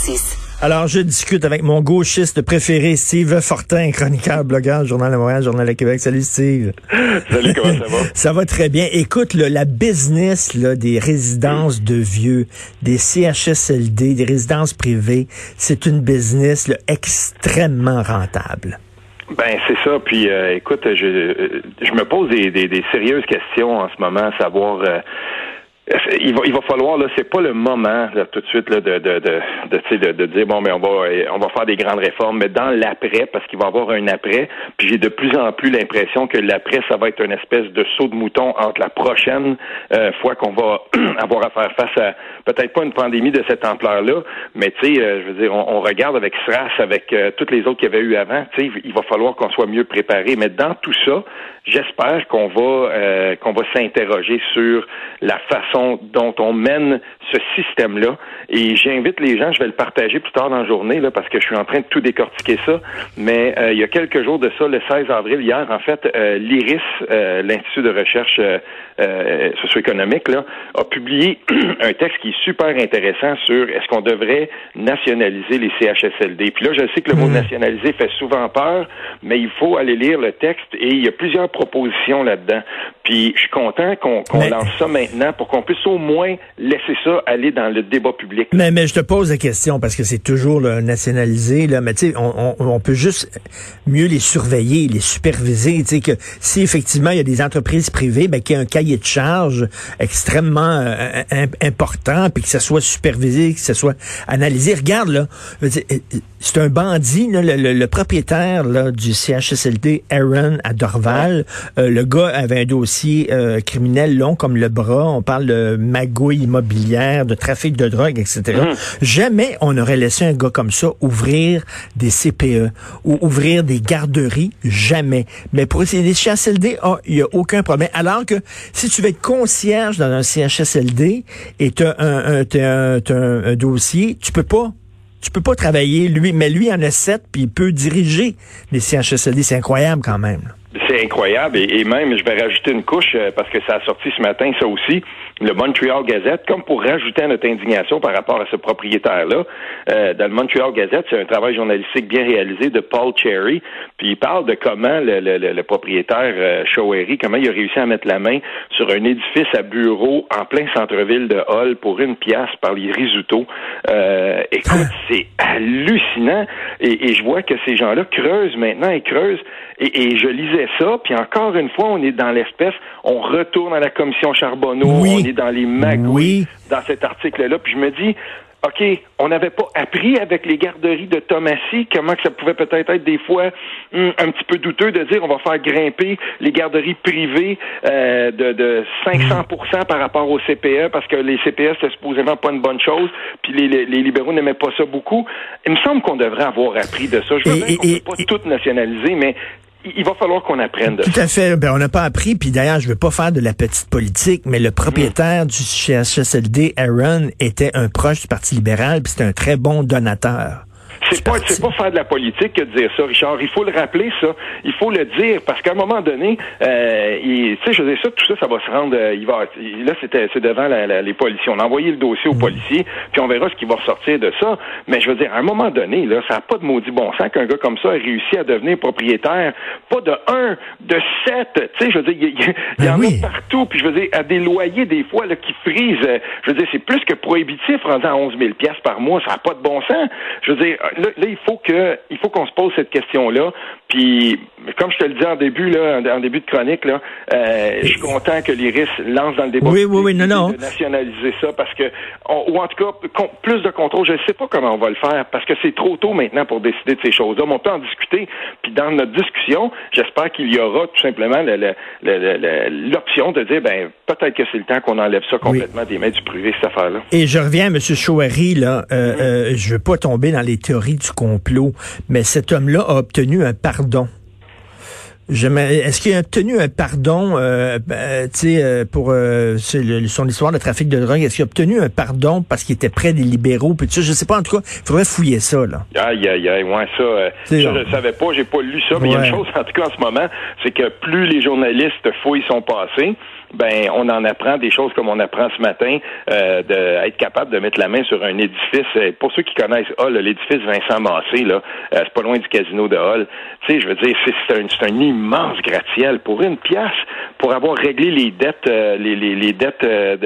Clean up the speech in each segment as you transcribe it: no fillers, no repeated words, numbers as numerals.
6. Alors, je discute avec mon gauchiste préféré, Steve Fortin, chroniqueur, blogueur, Journal de Montréal, Journal de Québec. Salut, Steve. Salut, comment ça va? Ça va très bien. Écoute, là, la business là, des résidences de vieux, des CHSLD, des résidences privées, c'est une business là, extrêmement rentable. Ben c'est ça. Puis écoute, je me pose des sérieuses questions en ce moment, à savoir. Il va falloir là, c'est pas le moment là, tout de suite là, de dire bon mais on va faire des grandes réformes, mais dans l'après, parce qu'il va y avoir un après, puis j'ai de plus en plus l'impression que l'après ça va être une espèce de saut de mouton entre la prochaine fois qu'on va avoir à faire face à peut-être pas une pandémie de cette ampleur-là, mais tu sais, je veux dire, on regarde avec SRAS, avec toutes les autres qu'il y avait eu avant, tu sais, il va falloir qu'on soit mieux préparé, mais dans tout ça, j'espère qu'on va s'interroger sur la façon dont on mène ce système-là. Et j'invite les gens, je vais le partager plus tard dans la journée, là, parce que je suis en train de tout décortiquer ça. Mais il y a quelques jours de ça, le 16 avril, hier, en fait, l'IRIS, l'Institut de recherche socio-économique, là, a publié un texte qui est super intéressant sur est-ce qu'on devrait nationaliser les CHSLD. Puis là, je sais que le mot nationaliser fait souvent peur, mais il faut aller lire le texte et il y a plusieurs propositions là-dedans. Puis je suis content qu'on lance ça maintenant pour qu'on puisse au moins laisser ça aller dans le débat public. Mais je te pose la question parce que c'est toujours là, nationalisé, là, mais tu sais, on peut juste mieux les surveiller, les superviser, tu sais, que si effectivement il y a des entreprises privées, ben, qu'il y ait un cahier de charge extrêmement important, puis que ça soit supervisé, que ça soit analysé. Regarde, là, c'est un bandit, là, le propriétaire là, du CHSLD, Aaron, à Dorval. Le gars avait un dossier criminel long comme le bras. On parle de magouille immobilière, de trafic de drogue, etc. Jamais on aurait laissé un gars comme ça ouvrir des CPE ou ouvrir des garderies. Jamais. Mais pour essayer des CHSLD, il n'y a aucun problème. Alors que si tu veux être concierge dans un CHSLD et tu as un dossier, tu peux pas travailler, mais lui en a 7, puis il peut diriger les CHSLD. C'est incroyable quand même. C'est incroyable et même, je vais rajouter une couche parce que ça a sorti ce matin, ça aussi, le Montreal Gazette, comme pour rajouter à notre indignation par rapport à ce propriétaire-là. Dans le Montreal Gazette, c'est un travail journalistique bien réalisé de Paul Cherry, puis il parle de comment le propriétaire Showery, comment il a réussi à mettre la main sur un édifice à bureaux en plein centre-ville de Hull pour $1 par les Risuto. Écoute, c'est hallucinant et je vois que ces gens-là creusent maintenant et creusent et je lisais ça, puis encore une fois, on est dans l'espèce, on retourne à la commission Charbonneau, on est dans les magouilles dans cet article-là, puis je me dis, OK, on n'avait pas appris avec les garderies de Thomasy comment que ça pouvait peut-être être des fois un petit peu douteux de dire on va faire grimper les garderies privées de 500% par rapport au CPE parce que les CPE c'était supposément pas une bonne chose puis les libéraux n'aimaient pas ça beaucoup. Il me semble qu'on devrait avoir appris de ça. Je veux bien qu'on ne peut pas tout nationaliser, mais il va falloir qu'on apprenne de ça. Tout à fait. Ben, on n'a pas appris. Puis d'ailleurs, je veux pas faire de la petite politique, mais le propriétaire du CHSLD, Aaron, était un proche du Parti libéral, puis c'était un très bon donateur. C'est pas faire de la politique que de dire ça, Richard. Il faut le rappeler, ça. Il faut le dire, parce qu'à un moment donné, tu sais, je veux dire ça, tout ça, ça va se rendre, là, c'est devant les policiers. On a envoyé le dossier aux policiers, puis on verra ce qui va ressortir de ça. Mais je veux dire, à un moment donné, là, ça n'a pas de maudit bon sens qu'un gars comme ça ait réussi à devenir propriétaire, pas de 1, de 7. Tu sais, je veux dire, il y en a partout, puis je veux dire, à des loyers, des fois, là, qui frisent. Je veux dire, c'est plus que prohibitif, rendu à 11 000 $ par mois. Ça n'a pas de bon sens. Je veux dire, là, il faut qu'on se pose cette question-là. Puis, comme je te le dis en début de chronique, là, je suis content que l'IRIS lance dans le débat de nationaliser ça parce que, ou en tout cas, plus de contrôle. Je ne sais pas comment on va le faire parce que c'est trop tôt maintenant pour décider de ces choses-là. Mais on peut en discuter. Puis dans notre discussion, j'espère qu'il y aura tout simplement l'option de dire, ben peut-être que c'est le temps qu'on enlève ça complètement des mains du privé, cette affaire-là. Et je reviens à M. Showery, là. Je veux pas tomber dans les théories du complot, mais cet homme-là a obtenu un pardon. Est-ce qu'il a obtenu un pardon pour son histoire de trafic de drogue? Est-ce qu'il a obtenu un pardon parce qu'il était près des libéraux? Puis je sais pas, en tout cas, il faudrait fouiller ça, là. Aïe, ouais, ça, je ne savais pas, j'ai pas lu ça, mais il y a une chose, en tout cas, en ce moment, c'est que plus les journalistes fouillent son passé, ben on en apprend des choses comme on apprend ce matin, d'être capable de mettre la main sur un édifice. Pour ceux qui connaissent Hull, l'édifice Vincent Massé, là, c'est pas loin du casino de Hull. Tu sais, je veux dire, c'est un immense gratte-ciel pour une pièce, pour avoir réglé les dettes, les dettes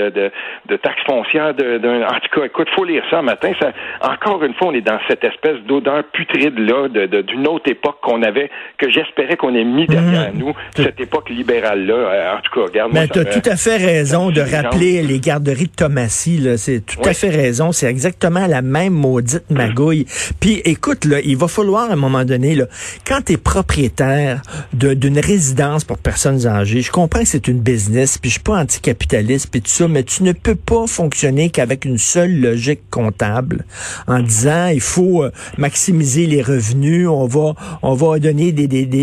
de taxes foncières en tout cas, écoute, faut lire ça un matin. Ça, encore une fois, on est dans cette espèce d'odeur putride là, d'une autre époque qu'on avait, que j'espérais qu'on ait mis derrière nous, cette époque libérale là. En tout cas, regarde. Mais tu as tout à fait raison de rappeler les garderies de Thomasy. Là, c'est tout à fait raison. C'est exactement la même maudite magouille. Puis, écoute, là, il va falloir à un moment donné, là, quand tu es propriétaire d'une résidence pour personnes âgées, je comprends que c'est une business, puis je suis pas anticapitaliste, puis tout ça, mais tu ne peux pas fonctionner qu'avec une seule logique comptable en disant il faut maximiser les revenus, on va donner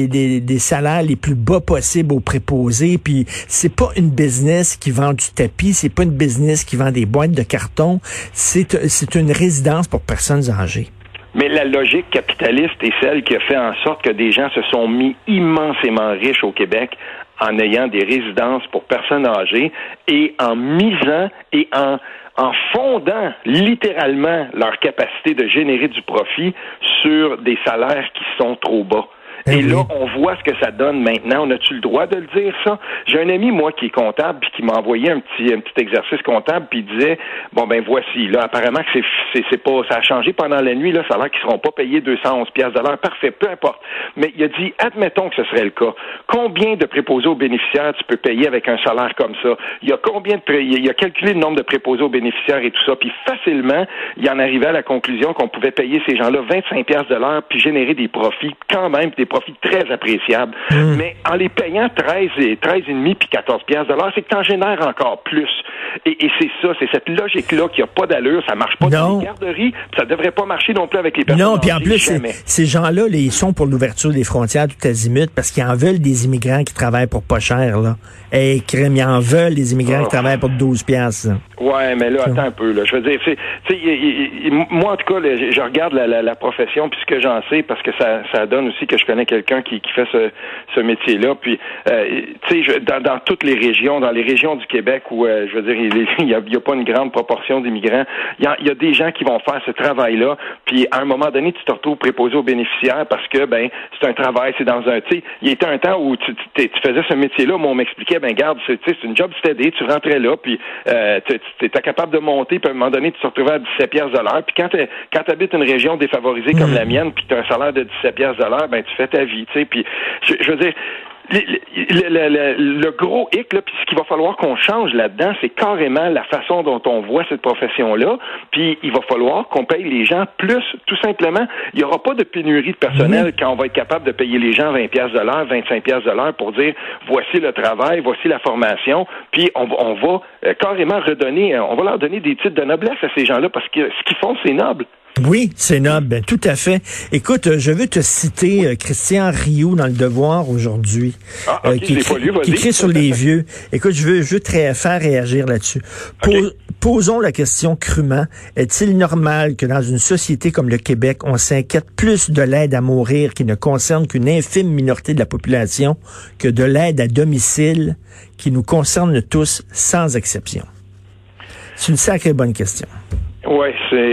des salaires les plus bas possibles aux préposés, puis c'est pas une business qui vend du tapis, c'est pas une business qui vend des boîtes de carton, c'est une résidence pour personnes âgées. Mais la logique capitaliste est celle qui a fait en sorte que des gens se sont mis immensément riches au Québec en ayant des résidences pour personnes âgées et en misant et en fondant littéralement leur capacité de générer du profit sur des salaires qui sont trop bas. Et là, on voit ce que ça donne maintenant. On a-tu le droit de le dire, ça? J'ai un ami, moi, qui est comptable, puis qui m'a envoyé un petit exercice comptable, puis il disait, bon, ben voici, là, apparemment que c'est pas, ça a changé pendant la nuit, là, ça a l'air qu'ils seront pas payés 211 piastres de l'heure. Parfait, peu importe. Mais il a dit, admettons que ce serait le cas. Combien de préposés aux bénéficiaires tu peux payer avec un salaire comme ça? Il y a il a calculé le nombre de préposés aux bénéficiaires et tout ça, puis facilement, il en arrivait à la conclusion qu'on pouvait payer ces gens-là 25 piastres de l'heure, puis générer des profits quand même, des profits très appréciables. Mais en les payant 13,5 puis 14 piastres de l'heure, c'est que tu en génères encore plus. Et c'est ça, c'est cette logique-là qui a pas d'allure, ça marche pas dans les garderies, puis ça devrait pas marcher non plus avec les personnes. Non, puis en plus, ces gens-là, là, ils sont pour l'ouverture des frontières tout azimut parce qu'ils en veulent des immigrants qui travaillent pour pas cher, là. Et crème, ils en veulent des immigrants qui travaillent pour 12 piastres. Ouais, mais là, attends un peu, là. Je veux dire, moi, en tout cas, je regarde la profession, puis ce que j'en sais, parce que ça donne aussi que je connais quelqu'un qui fait ce métier-là. Puis, tu sais, dans toutes les régions, dans les régions du Québec où, je veux dire, il y a pas une grande proportion d'immigrants, il y a des gens qui vont faire ce travail-là. Puis, à un moment donné, tu te retrouves préposé aux bénéficiaires parce que, ben, c'est un travail, c'est dans un, tu sais, il y était un temps où tu faisais ce métier-là, moi, on m'expliquait, ben, garde, c'est une job steady, tu rentrais là, puis, tu étais capable de monter, puis à un moment donné, tu te retrouvais à 17 piastres de l'heure. Puis quand tu habites une région défavorisée comme la mienne, puis tu as un salaire de 17 piastres de l'heure, ben tu fais ta vie, tu sais. Puis je veux dire, le gros hic, là, puis ce qu'il va falloir qu'on change là-dedans, c'est carrément la façon dont on voit cette profession-là. Puis il va falloir qu'on paye les gens plus, tout simplement. Il n'y aura pas de pénurie de personnel quand on va être capable de payer les gens 20 piastres de l'heure, 25 piastres de l'heure pour dire voici le travail, voici la formation. Puis on va carrément redonner, on va leur donner des titres de noblesse à ces gens-là parce que ce qu'ils font, c'est noble. Oui, c'est noble, ben, tout à fait. Écoute, je veux te citer Christian Rioux dans Le Devoir aujourd'hui, qui écrit sur les vieux. Écoute, je veux faire réagir là-dessus. Posons la question crûment. Est-il normal que dans une société comme le Québec, on s'inquiète plus de l'aide à mourir qui ne concerne qu'une infime minorité de la population que de l'aide à domicile qui nous concerne tous sans exception? C'est une sacrée bonne question. Ben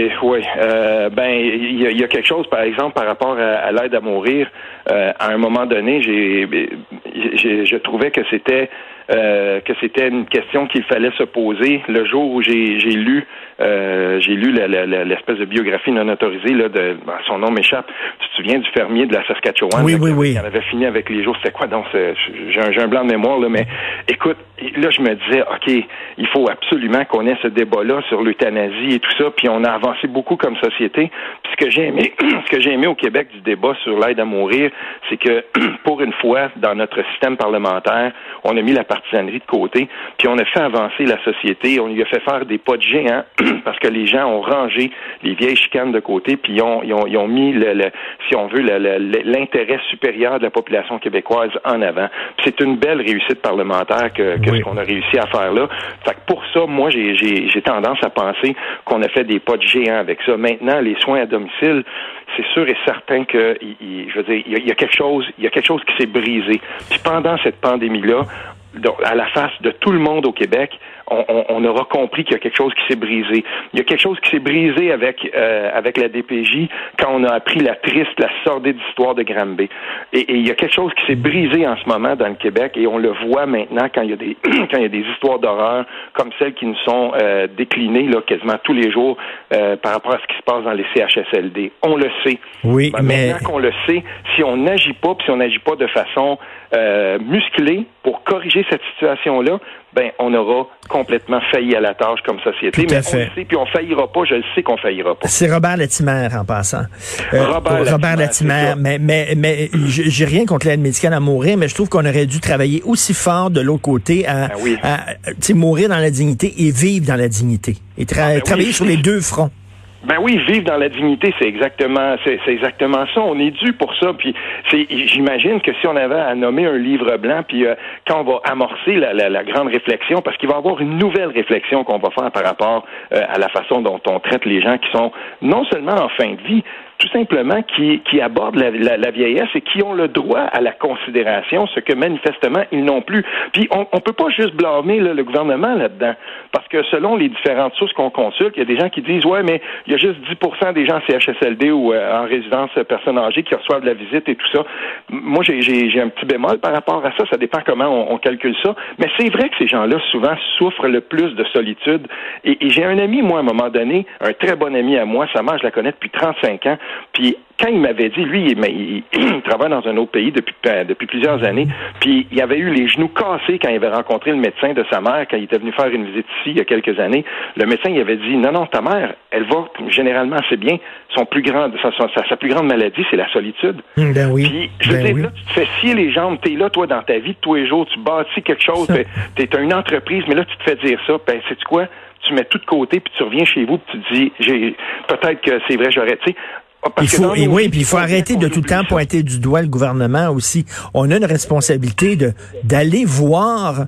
il y a quelque chose, par exemple, par rapport à l'aide à mourir. À un moment donné, je trouvais que c'était une question qu'il fallait se poser le jour où j'ai lu l'espèce de biographie non autorisée là son nom m'échappe. Tu te souviens du fermier de la Saskatchewan? Oui. Qui en avait fini avec les jours. C'était quoi donc? J'ai un blanc de mémoire là, mais écoute, là je me disais, ok, il faut absolument qu'on ait ce débat-là sur l'euthanasie et tout ça. Puis on a avancé beaucoup comme société. Puis ce que j'ai aimé au Québec du débat sur l'aide à mourir, c'est que pour une fois dans notre système parlementaire, on a mis la partisanerie de côté, puis on a fait avancer la société. On lui a fait faire des pas de géant parce que les gens ont rangé les vieilles chicanes de côté, puis ils ont mis si on veut, l'intérêt supérieur de la population québécoise en avant. Puis c'est une belle réussite parlementaire que ce qu'on a réussi à faire là. Fait que pour ça, moi, j'ai tendance à penser qu'on a fait des pas de géant avec ça. Maintenant, les soins à domicile, c'est sûr et certain que, je veux dire, il y a quelque chose qui s'est brisé. Puis pendant cette pandémie-là, à la face de tout le monde au Québec, on aura compris qu'il y a quelque chose qui s'est brisé. Il y a quelque chose qui s'est brisé avec la DPJ quand on a appris la triste, la sordide histoire de Granby. Et il y a quelque chose qui s'est brisé en ce moment dans le Québec et on le voit maintenant quand il y a des quand il y a des histoires d'horreur comme celles qui nous sont déclinées là quasiment tous les jours par rapport à ce qui se passe dans les CHSLD. On le sait. Oui, mais maintenant qu'on le sait, si on n'agit pas, puis si on n'agit pas de façon musclée pour corriger cette situation-là, ben on aura complètement failli à la tâche comme société. Mais on le sait, puis on faillira pas, je le sais qu'on faillira pas. C'est Robert Latimer en passant. Robert Latimer, mais j'ai rien contre l'aide médicale à mourir, mais je trouve qu'on aurait dû travailler aussi fort de l'autre côté à mourir dans la dignité et vivre dans la dignité. Et travailler sur les deux fronts. Ben oui, vivre dans la dignité, c'est exactement ça. On est dû pour ça. Puis j'imagine que si on avait à nommer un livre blanc, puis quand on va amorcer la grande réflexion, parce qu'il va y avoir une nouvelle réflexion qu'on va faire par rapport à la façon dont on traite les gens qui sont non seulement en fin de vie, tout simplement qui abordent la vieillesse et qui ont le droit à la considération, ce que manifestement ils n'ont plus. Puis on peut pas juste blâmer le gouvernement là-dedans, parce que selon les différentes sources qu'on consulte, il y a des gens qui disent ouais, mais il y a juste 10% des gens CHSLD ou en résidence personnes âgées qui reçoivent de la visite et tout ça. Moi j'ai un petit bémol par rapport à ça, ça dépend comment on calcule ça, mais c'est vrai que ces gens-là souvent souffrent le plus de solitude et j'ai un ami, moi à un moment donné, un très bon ami à moi, sa mère je la connais depuis 35 ans. Puis quand il m'avait dit, lui, il travaille dans un autre pays depuis plusieurs années, puis il avait eu les genoux cassés quand il avait rencontré le médecin de sa mère, quand il était venu faire une visite ici il y a quelques années. Le médecin il avait dit, non, ta mère, elle va généralement assez bien. Sa plus grande maladie, c'est la solitude. Ben oui. Puis, je veux dire, là, tu te fais scier les jambes, t'es là, toi, dans ta vie de tous les jours, tu bâtis quelque chose, t'es une entreprise, mais là, tu te fais dire ça, ben, sais-tu quoi? Tu mets tout de côté, puis tu reviens chez vous, puis tu te dis, peut-être que c'est vrai, j'aurais, tu sais, il faut arrêter de tout le temps pointer du doigt le gouvernement aussi. On a une responsabilité d'aller voir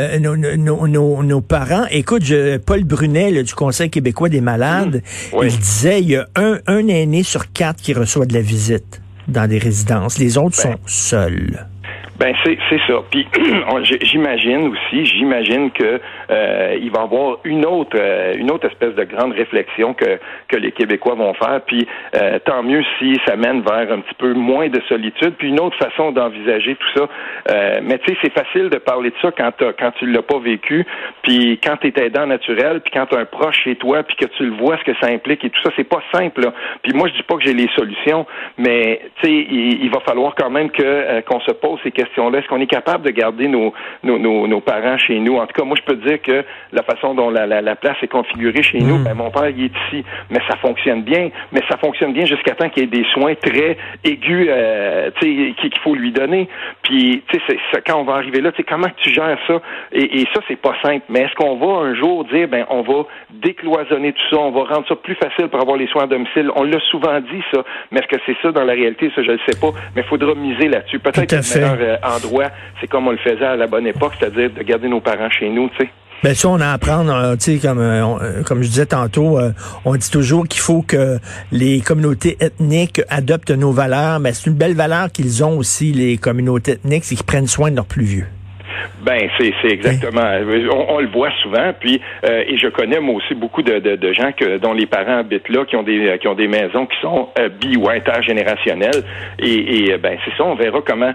nos parents. Écoute, Paul Brunet du Conseil québécois des malades, il disait il y a un aîné sur 4 qui reçoit de la visite dans des résidences. Les autres sont seuls. Ben c'est ça. Puis j'imagine que il va y avoir une autre espèce de grande réflexion que les Québécois vont faire. Puis tant mieux si ça mène vers un petit peu moins de solitude, puis une autre façon d'envisager tout ça. Mais tu sais, c'est facile de parler de ça quand tu l'as pas vécu, puis quand tu es aidant naturel, puis quand tu as un proche chez toi, puis que tu le vois ce que ça implique et tout ça, c'est pas simple. Là. Puis moi je dis pas que j'ai les solutions, mais tu sais, il va falloir quand même qu'on se pose ces questions-là. Est-ce qu'on est capable de garder nos parents chez nous? En tout cas, moi, je peux te dire que la façon dont la place est configurée chez nous, ben, mon père, il est ici, mais ça fonctionne bien. Mais ça fonctionne bien jusqu'à temps qu'il y ait des soins très aigus, qu'il faut lui donner. Puis, tu sais, quand on va arriver là, tu sais, comment tu gères ça? Et ça, c'est pas simple. Mais est-ce qu'on va un jour dire, ben, on va décloisonner tout ça, on va rendre ça plus facile pour avoir les soins à domicile? On l'a souvent dit, ça. Mais est-ce que c'est ça dans la réalité? Ça, je le sais pas. Mais il faudra miser là-dessus. Peut-être que le meilleur endroit, c'est comme on le faisait à la bonne époque, c'est-à-dire de garder nos parents chez nous, tu sais. Ben ça, on a à apprendre, tu sais, comme je disais tantôt, on dit toujours qu'il faut que les communautés ethniques adoptent nos valeurs, mais c'est une belle valeur qu'ils ont aussi, les communautés ethniques, c'est qu'ils prennent soin de leurs plus vieux. Ben c'est exactement. On le voit souvent. Puis et je connais moi aussi beaucoup de gens dont les parents habitent là, qui ont des maisons qui sont ou intergénérationnelles. Et ben c'est ça. On verra comment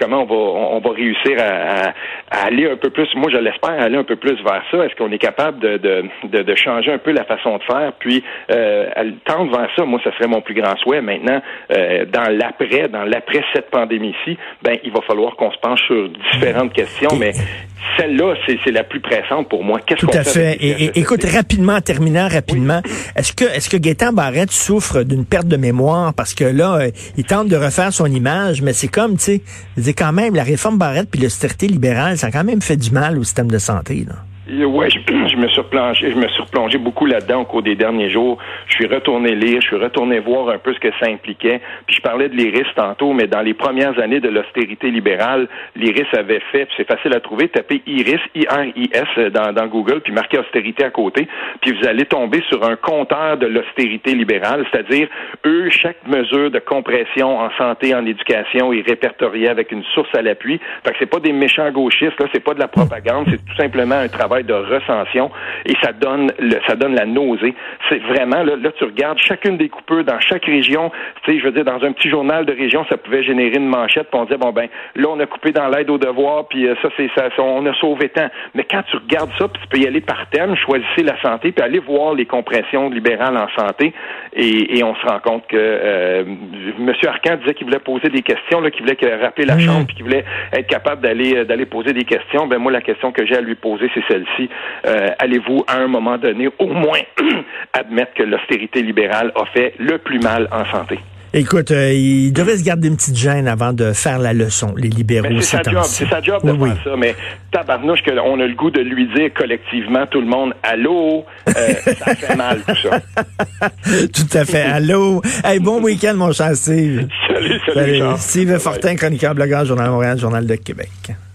on va réussir à aller un peu plus. Moi je l'espère aller un peu plus vers ça. Est-ce qu'on est capable de changer un peu la façon de faire? Puis tendre vers ça. Moi ça serait mon plus grand souhait. Maintenant dans l'après cette pandémie-ci, ben il va falloir qu'on se penche sur différentes questions. Mais celle-là, c'est la plus pressante pour moi. Qu'est-ce qu'on fait? Tout à fait. Et écoute, terminant rapidement, oui. Est-ce que Gaétan Barrette souffre d'une perte de mémoire? Parce que là, il tente de refaire son image, mais c'est comme, tu sais, quand même, la réforme Barrette puis l'austérité libérale, ça a quand même fait du mal au système de santé, là. Ouais, je me suis replongé beaucoup là-dedans au cours des derniers jours. Je suis retourné lire, je suis retourné voir un peu ce que ça impliquait. Puis je parlais de l'IRIS tantôt, mais dans les premières années de l'austérité libérale, l'IRIS avait fait, puis c'est facile à trouver, tapez IRIS, I-R-I-S dans Google, puis marquez austérité à côté, puis vous allez tomber sur un compteur de l'austérité libérale, c'est-à-dire, eux, chaque mesure de compression en santé, en éducation est répertoriée avec une source à l'appui. Fait que c'est pas des méchants gauchistes, là, c'est pas de la propagande, c'est tout simplement un travail de recension et ça donne la nausée. C'est vraiment, là, tu regardes chacune des coupures dans chaque région, tu sais, je veux dire, dans un petit journal de région, ça pouvait générer une manchette, puis on disait, bon ben, là, on a coupé dans l'aide aux devoirs, puis ça, on a sauvé tant. Mais quand tu regardes ça, puis tu peux y aller par thème, choisissez la santé, puis aller voir les compressions libérales en santé, et on se rend compte que M. Arcand disait qu'il voulait poser des questions, là, qu'il voulait rappeler la Chambre, puis qu'il voulait être capable d'aller poser des questions. Ben moi, la question que j'ai à lui poser, c'est celle-ci. Allez-vous, à un moment donné, au moins admettre que l'austérité libérale a fait le plus mal en santé? Écoute, il devait se garder une petite gêne avant de faire la leçon, les libéraux. C'est sa job de faire ça, mais tabarnouche qu'on a le goût de lui dire collectivement, tout le monde, allô, ça fait mal tout ça. Tout à fait, allô. Hey, bon week-end, mon cher Steve. Salut. Steve Fortin, chroniqueur, blogueur, Journal de Montréal, Journal de Québec.